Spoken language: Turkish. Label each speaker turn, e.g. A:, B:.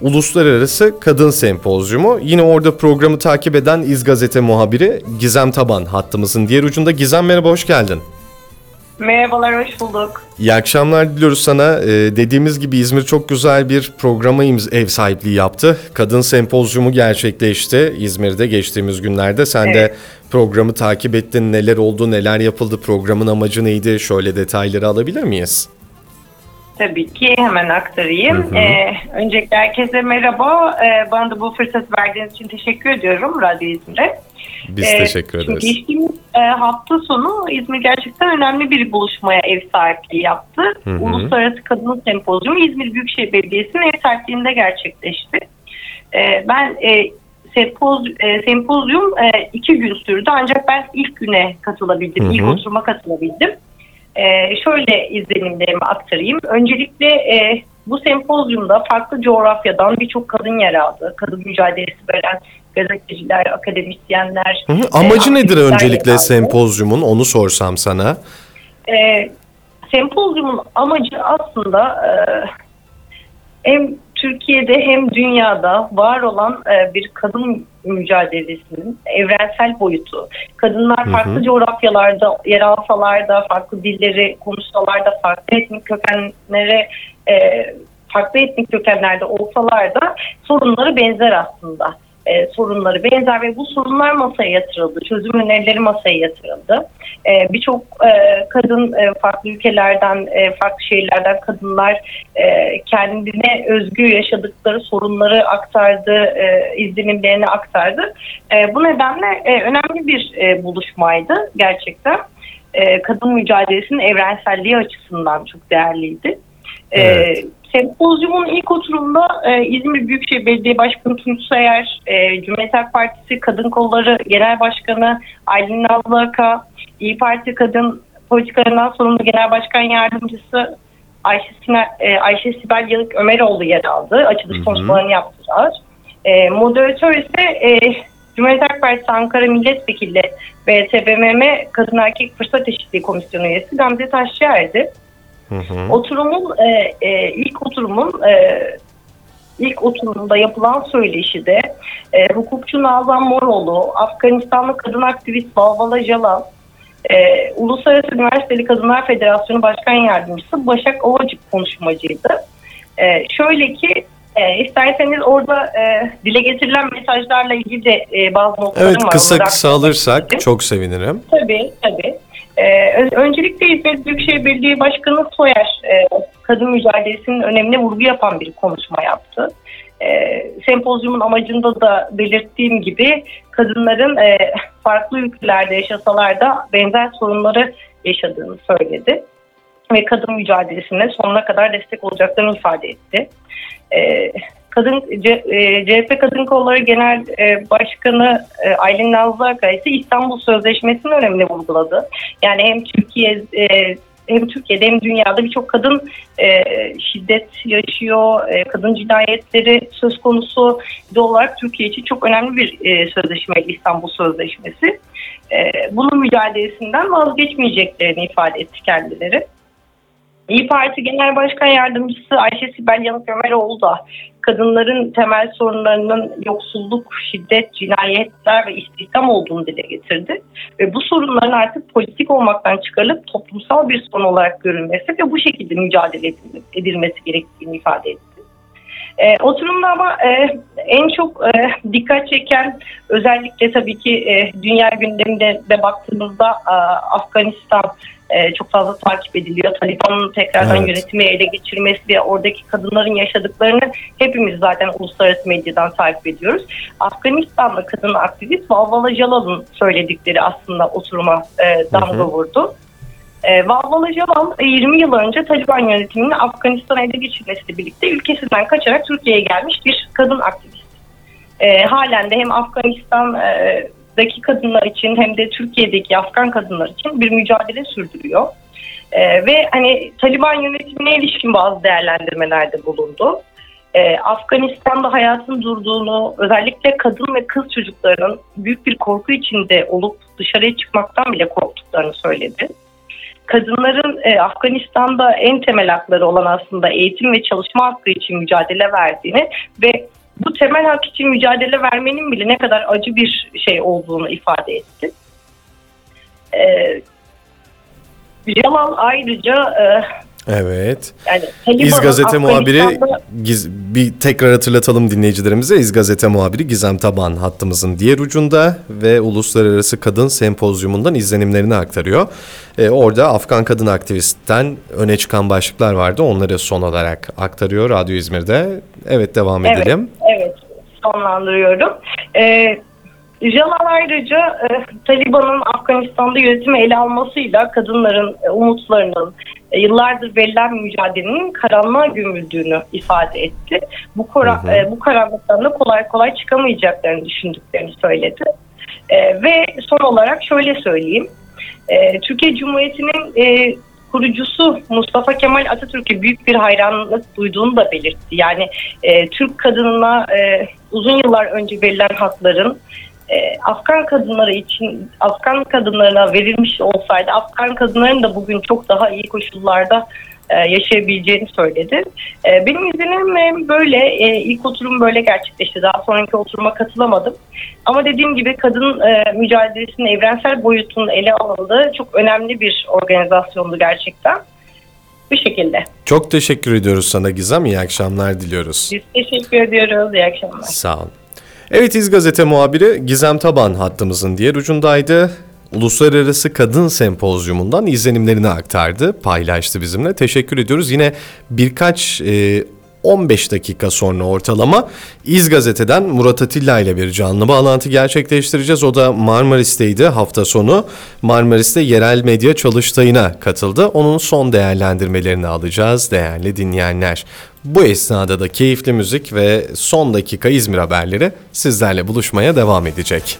A: Uluslararası Kadın Sempozyumu. Yine orada programı takip eden İz Gazete muhabiri Gizem Taban hattımızın diğer ucunda. Gizem, merhaba, hoş geldin.
B: Merhabalar, hoş bulduk.
A: İyi akşamlar diliyoruz sana. Dediğimiz gibi İzmir çok güzel bir programa ev sahipliği yaptı. Kadın Sempozyumu gerçekleşti İzmir'de geçtiğimiz günlerde. Sen de programı takip ettin. Neler oldu, neler yapıldı, programın amacı neydi? Şöyle detayları alabilir miyiz?
B: Tabii ki hemen aktarayım. Öncelikle herkese merhaba. Bana da bu fırsatı verdiğiniz için teşekkür ediyorum Radyo İzmir'e.
A: Biz teşekkür ederiz.
B: Geçtiğimiz hafta sonu İzmir gerçekten önemli bir buluşmaya ev sahipliği yaptı. Uluslararası Kadın Sempozyumu İzmir Büyükşehir Belediyesi'nin ev sahipliğinde gerçekleşti. Ben sempozyum 2 gün sürdü, ancak ben ilk güne katılabildim, ilk oturuma katılabildim. Şöyle izlenimlerimi aktarayım. Öncelikle bu sempozyumda farklı coğrafyadan birçok kadın yer aldı. Kadın mücadelesi veren gazeteciler, akademisyenler.
A: Amacı nedir öncelikle sempozyumun? Onu sorsam sana.
B: Sempozyumun amacı aslında hem Türkiye'de hem dünyada var olan bir kadın mücadelesinin evrensel boyutu. Kadınlar farklı coğrafyalarda yer alsalar da, farklı dilleri konuşsalar da, farklı etnik kökenlerde olsalar da sorunları benzer aslında. Sorunları benzer ve bu sorunlar masaya yatırıldı. Çözüm önerileri masaya yatırıldı. Birçok kadın farklı ülkelerden, farklı şehirlerden kadınlar kendine özgü yaşadıkları sorunları aktardı, izlenimlerini aktardı. Bu nedenle önemli bir buluşmaydı gerçekten. Kadın mücadelesinin evrenselliği açısından çok değerliydi. Evet. Sempozyumun ilk oturumda İzmir Büyükşehir Belediye Başkanı Tunç Soyer, Cumhuriyet Halk Partisi Kadın Kolları Genel Başkanı Aylin Nazlı Aka, İYİ Parti Kadın Politikalarından Sorumlu Genel Başkan Yardımcısı Ayşe Sibel Yanık Ömeroğlu yer aldı. Açılış konuşmalarını yaptılar. Moderatör ise Cumhuriyet Halk Partisi Ankara Milletvekili ve TBMM Kadın Erkek Fırsat Eşitliği Komisyonu üyesi Gamze Taşçıer'di. Oturumun ilk oturumunda yapılan söyleşide hukukçu Nazan Moroğlu, Afganistanlı kadın aktivist Valvala Jalal, Uluslararası Üniversiteli Kadınlar Federasyonu Başkan Yardımcısı Başak Ovacık konuşmacıydı. Şöyle ki isterseniz orada dile getirilen mesajlarla ilgili de bazı notlarım var.
A: Evet, kısa alırsak çok sevinirim.
B: Tabii. Öncelikle İzmir Büyükşehir Belediye Başkanı Soyer kadın mücadelesinin önemine vurgu yapan bir konuşma yaptı. Sempozyumun amacında da belirttiğim gibi kadınların farklı ülkelerde yaşasalar da benzer sorunları yaşadığını söyledi. Ve mücadelesine sonuna kadar destek olacaklarını ifade etti. CHP Kadın Kolları Genel Başkanı Aylin Nazlı Aka ise İstanbul Sözleşmesi'nin önemini vurguladı. Yani hem Türkiye'de hem dünyada birçok kadın şiddet yaşıyor, kadın cinayetleri söz konusu. Doğal olarak Türkiye için çok önemli bir sözleşme İstanbul Sözleşmesi. Bunun mücadelesinden vazgeçmeyeceklerini ifade etti kendileri. İYİ Parti Genel Başkan Yardımcısı Ayşe Sibel Yanık Ömeroğlu da kadınların temel sorunlarının yoksulluk, şiddet, cinayetler ve istihdam olduğunu dile getirdi. Ve bu sorunların artık politik olmaktan çıkarılıp toplumsal bir sorun olarak görülmesi ve bu şekilde mücadele edilmesi gerektiğini ifade etti. Oturumda ama en çok dikkat çeken, özellikle tabii ki dünya gündeminde de baktığımızda Afganistan çok fazla takip ediliyor. Taliban'ın tekrardan yönetimi ele geçirmesi ve oradaki kadınların yaşadıklarını hepimiz zaten uluslararası medyadan takip ediyoruz. Afganistan'da kadın aktivist Valvala Jalal'ın söyledikleri aslında oturuma damga vurdu. Valvala Jalal 20 yıl önce Taliban yönetiminin Afganistan'a ele geçirmesiyle birlikte ülkesinden kaçarak Türkiye'ye gelmiş bir kadın aktivist. Halen de hem Afganistan'daki kadınlar için hem de Türkiye'deki Afgan kadınlar için bir mücadele sürdürüyor. Ve hani Taliban yönetimine ilişkin bazı değerlendirmelerde bulundu. Afganistan'da hayatın durduğunu, özellikle kadın ve kız çocuklarının büyük bir korku içinde olup dışarıya çıkmaktan bile korktuklarını söyledi. kadınların Afganistan'da en temel hakları olan aslında eğitim ve çalışma hakkı için mücadele verdiğini ve bu temel hak için mücadele vermenin bile ne kadar acı bir şey olduğunu ifade etti. Jalal ayrıca
A: Evet.
B: yani Taliban'ın
A: İz Gazete muhabiri,
B: Afganistan'da
A: bir tekrar hatırlatalım dinleyicilerimize. İz Gazete muhabiri Gizem Taban hattımızın diğer ucunda ve Uluslararası Kadın Sempozyumundan izlenimlerini aktarıyor. Orada Afgan kadın aktivistten öne çıkan başlıklar vardı. Onları son olarak aktarıyor Radyo İzmir'de. Evet, devam edelim.
B: Evet, sonlandırıyorum. Jalal ayrıca Taliban'ın Afganistan'da yönetimi ele almasıyla kadınların umutlarının, yıllardır verilen mücadelenin karanlığa gömüldüğünü ifade etti. Bu karanlıktan da kolay kolay çıkamayacaklarını düşündüklerini söyledi. Ve son olarak şöyle söyleyeyim. Türkiye Cumhuriyeti'nin kurucusu Mustafa Kemal Atatürk'e büyük bir hayranlık duyduğunu da belirtti. Yani Türk kadınına uzun yıllar önce verilen hakların Afgan kadınları için, Afgan kadınlarına verilmiş olsaydı Afgan kadınların da bugün çok daha iyi koşullarda yaşayabileceğini söyledi. Benim izlenimim böyle, ilk oturum böyle gerçekleşti. Daha sonraki oturuma katılamadım. Ama dediğim gibi kadın mücadelesinin evrensel boyutunun ele alındığı çok önemli bir organizasyondu gerçekten. Bu şekilde.
A: Çok teşekkür ediyoruz sana Gizem. İyi akşamlar diliyoruz.
B: Biz teşekkür ediyoruz. İyi akşamlar.
A: Sağ olun. Evet, İz Gazete muhabiri Gizem Taban hattımızın diğer ucundaydı. Uluslararası Kadın Sempozyumundan izlenimlerini aktardı, paylaştı bizimle. Teşekkür ediyoruz. Yine birkaç 15 dakika sonra ortalama İz Gazete'den Murat Atilla ile bir canlı bağlantı gerçekleştireceğiz. O da Marmaris'teydi hafta sonu. Marmaris'te yerel medya çalıştayına katıldı. Onun son değerlendirmelerini alacağız değerli dinleyenler. Bu esnada da keyifli müzik ve son dakika İzmir haberleri sizlerle buluşmaya devam edecek.